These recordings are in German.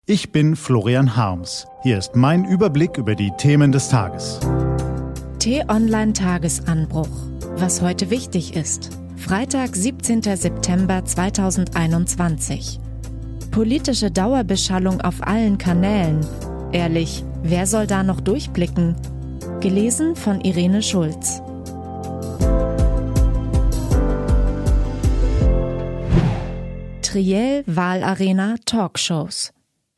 Ich bin Florian Harms. Hier ist mein Überblick über die Themen des Tages. T-Online-Tagesanbruch. Was heute wichtig ist. Freitag, 17. September 2021. Politische Dauerbeschallung auf allen Kanälen. Ehrlich, wer soll da noch durchblicken? Gelesen von Irene Schulz. Triell Wahlarena Talkshows.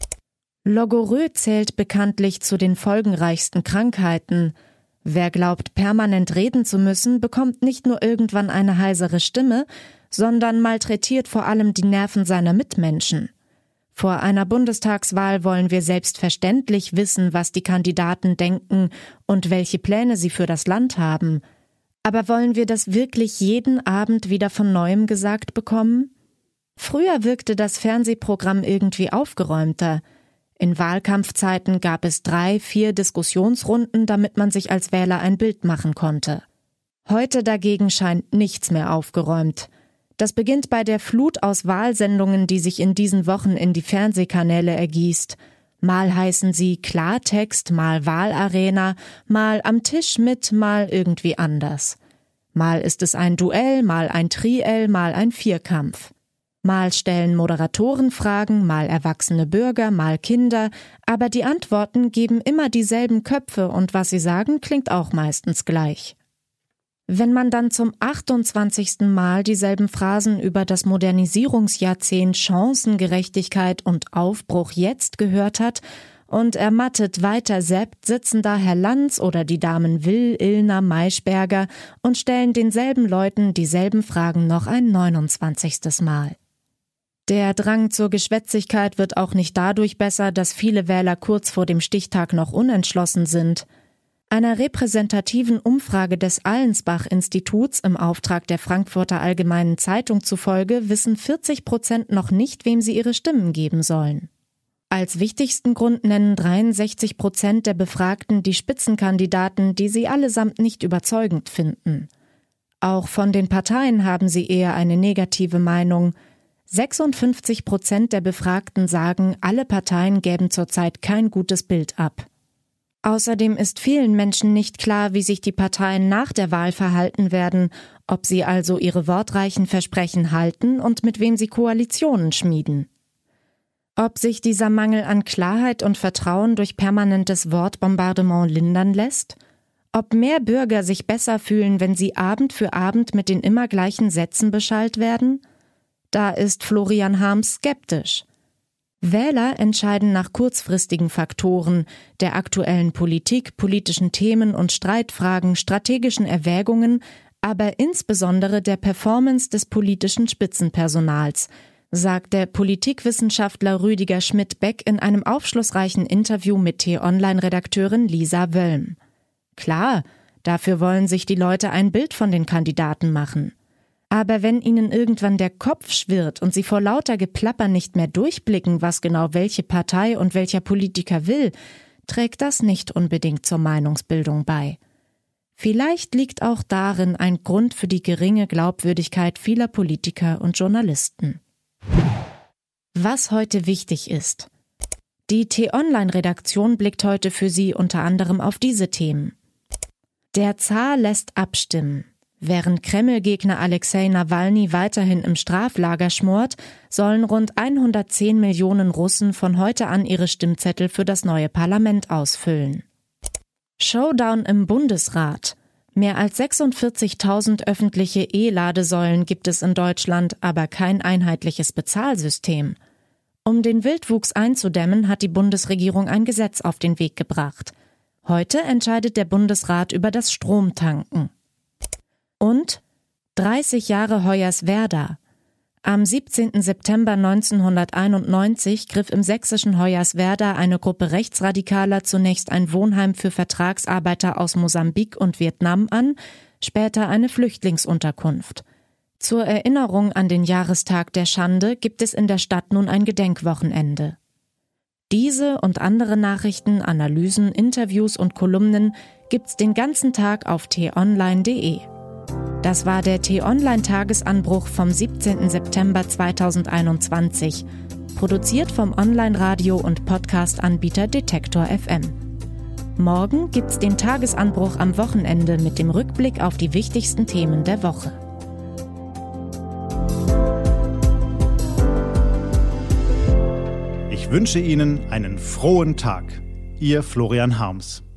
Logorrhoe zählt bekanntlich zu den folgenreichsten Krankheiten. Wer glaubt, permanent reden zu müssen, bekommt nicht nur irgendwann eine heisere Stimme, sondern malträtiert vor allem die Nerven seiner Mitmenschen. Vor einer Bundestagswahl wollen wir selbstverständlich wissen, was die Kandidaten denken und welche Pläne sie für das Land haben. Aber wollen wir das wirklich jeden Abend wieder von Neuem gesagt bekommen? Früher wirkte das Fernsehprogramm irgendwie aufgeräumter. In Wahlkampfzeiten gab es 3-4 Diskussionsrunden, damit man sich als Wähler ein Bild machen konnte. Heute dagegen scheint nichts mehr aufgeräumt. Das beginnt bei der Flut aus Wahlsendungen, die sich in diesen Wochen in die Fernsehkanäle ergießt. Mal heißen sie Klartext, mal Wahlarena, mal am Tisch mit, mal irgendwie anders. Mal ist es ein Duell, mal ein Triell, mal ein Vierkampf. Mal stellen Moderatoren Fragen, mal erwachsene Bürger, mal Kinder, aber die Antworten geben immer dieselben Köpfe und was sie sagen, klingt auch meistens gleich. Wenn man dann zum 28. Mal dieselben Phrasen über das Modernisierungsjahrzehnt Chancengerechtigkeit und Aufbruch jetzt gehört hat und ermattet weiter seppt, sitzen da Herr Lanz oder die Damen Will, Illner, Maischberger und stellen denselben Leuten dieselben Fragen noch ein 29. Mal. Der Drang zur Geschwätzigkeit wird auch nicht dadurch besser, dass viele Wähler kurz vor dem Stichtag noch unentschlossen sind. Einer repräsentativen Umfrage des Allensbach-Instituts im Auftrag der Frankfurter Allgemeinen Zeitung zufolge wissen 40% noch nicht, wem sie ihre Stimmen geben sollen. Als wichtigsten Grund nennen 63% der Befragten die Spitzenkandidaten, die sie allesamt nicht überzeugend finden. Auch von den Parteien haben sie eher eine negative Meinung. 56% der Befragten sagen, alle Parteien gäben zurzeit kein gutes Bild ab. Außerdem ist vielen Menschen nicht klar, wie sich die Parteien nach der Wahl verhalten werden, ob sie also ihre wortreichen Versprechen halten und mit wem sie Koalitionen schmieden. Ob sich dieser Mangel an Klarheit und Vertrauen durch permanentes Wortbombardement lindern lässt? Ob mehr Bürger sich besser fühlen, wenn sie Abend für Abend mit den immer gleichen Sätzen beschallt werden? Da ist Florian Harms skeptisch. Wähler entscheiden nach kurzfristigen Faktoren, der aktuellen Politik, politischen Themen und Streitfragen, strategischen Erwägungen, aber insbesondere der Performance des politischen Spitzenpersonals, sagt der Politikwissenschaftler Rüdiger Schmidt-Beck in einem aufschlussreichen Interview mit T-Online-Redakteurin Lisa Wöllm. Klar, dafür wollen sich die Leute ein Bild von den Kandidaten machen. Aber wenn ihnen irgendwann der Kopf schwirrt und sie vor lauter Geplapper nicht mehr durchblicken, was genau welche Partei und welcher Politiker will, trägt das nicht unbedingt zur Meinungsbildung bei. Vielleicht liegt auch darin ein Grund für die geringe Glaubwürdigkeit vieler Politiker und Journalisten. Was heute wichtig ist. Die T-Online-Redaktion blickt heute für Sie unter anderem auf diese Themen. Der Zar lässt abstimmen. Während Kreml-Gegner Alexei Nawalny weiterhin im Straflager schmort, sollen rund 110 Millionen Russen von heute an ihre Stimmzettel für das neue Parlament ausfüllen. Showdown im Bundesrat. Mehr als 46.000 öffentliche E-Ladesäulen gibt es in Deutschland, aber kein einheitliches Bezahlsystem. Um den Wildwuchs einzudämmen, hat die Bundesregierung ein Gesetz auf den Weg gebracht. Heute entscheidet der Bundesrat über das Stromtanken. Und 30 Jahre Hoyerswerda. Am 17. September 1991 griff im sächsischen Hoyerswerda eine Gruppe Rechtsradikaler zunächst ein Wohnheim für Vertragsarbeiter aus Mosambik und Vietnam an, später eine Flüchtlingsunterkunft. Zur Erinnerung an den Jahrestag der Schande gibt es in der Stadt nun ein Gedenkwochenende. Diese und andere Nachrichten, Analysen, Interviews und Kolumnen gibt's den ganzen Tag auf t-online.de. Das war der T-Online-Tagesanbruch vom 17. September 2021. Produziert vom Online-Radio- und Podcast-Anbieter Detektor FM. Morgen gibt's den Tagesanbruch am Wochenende mit dem Rückblick auf die wichtigsten Themen der Woche. Ich wünsche Ihnen einen frohen Tag. Ihr Florian Harms.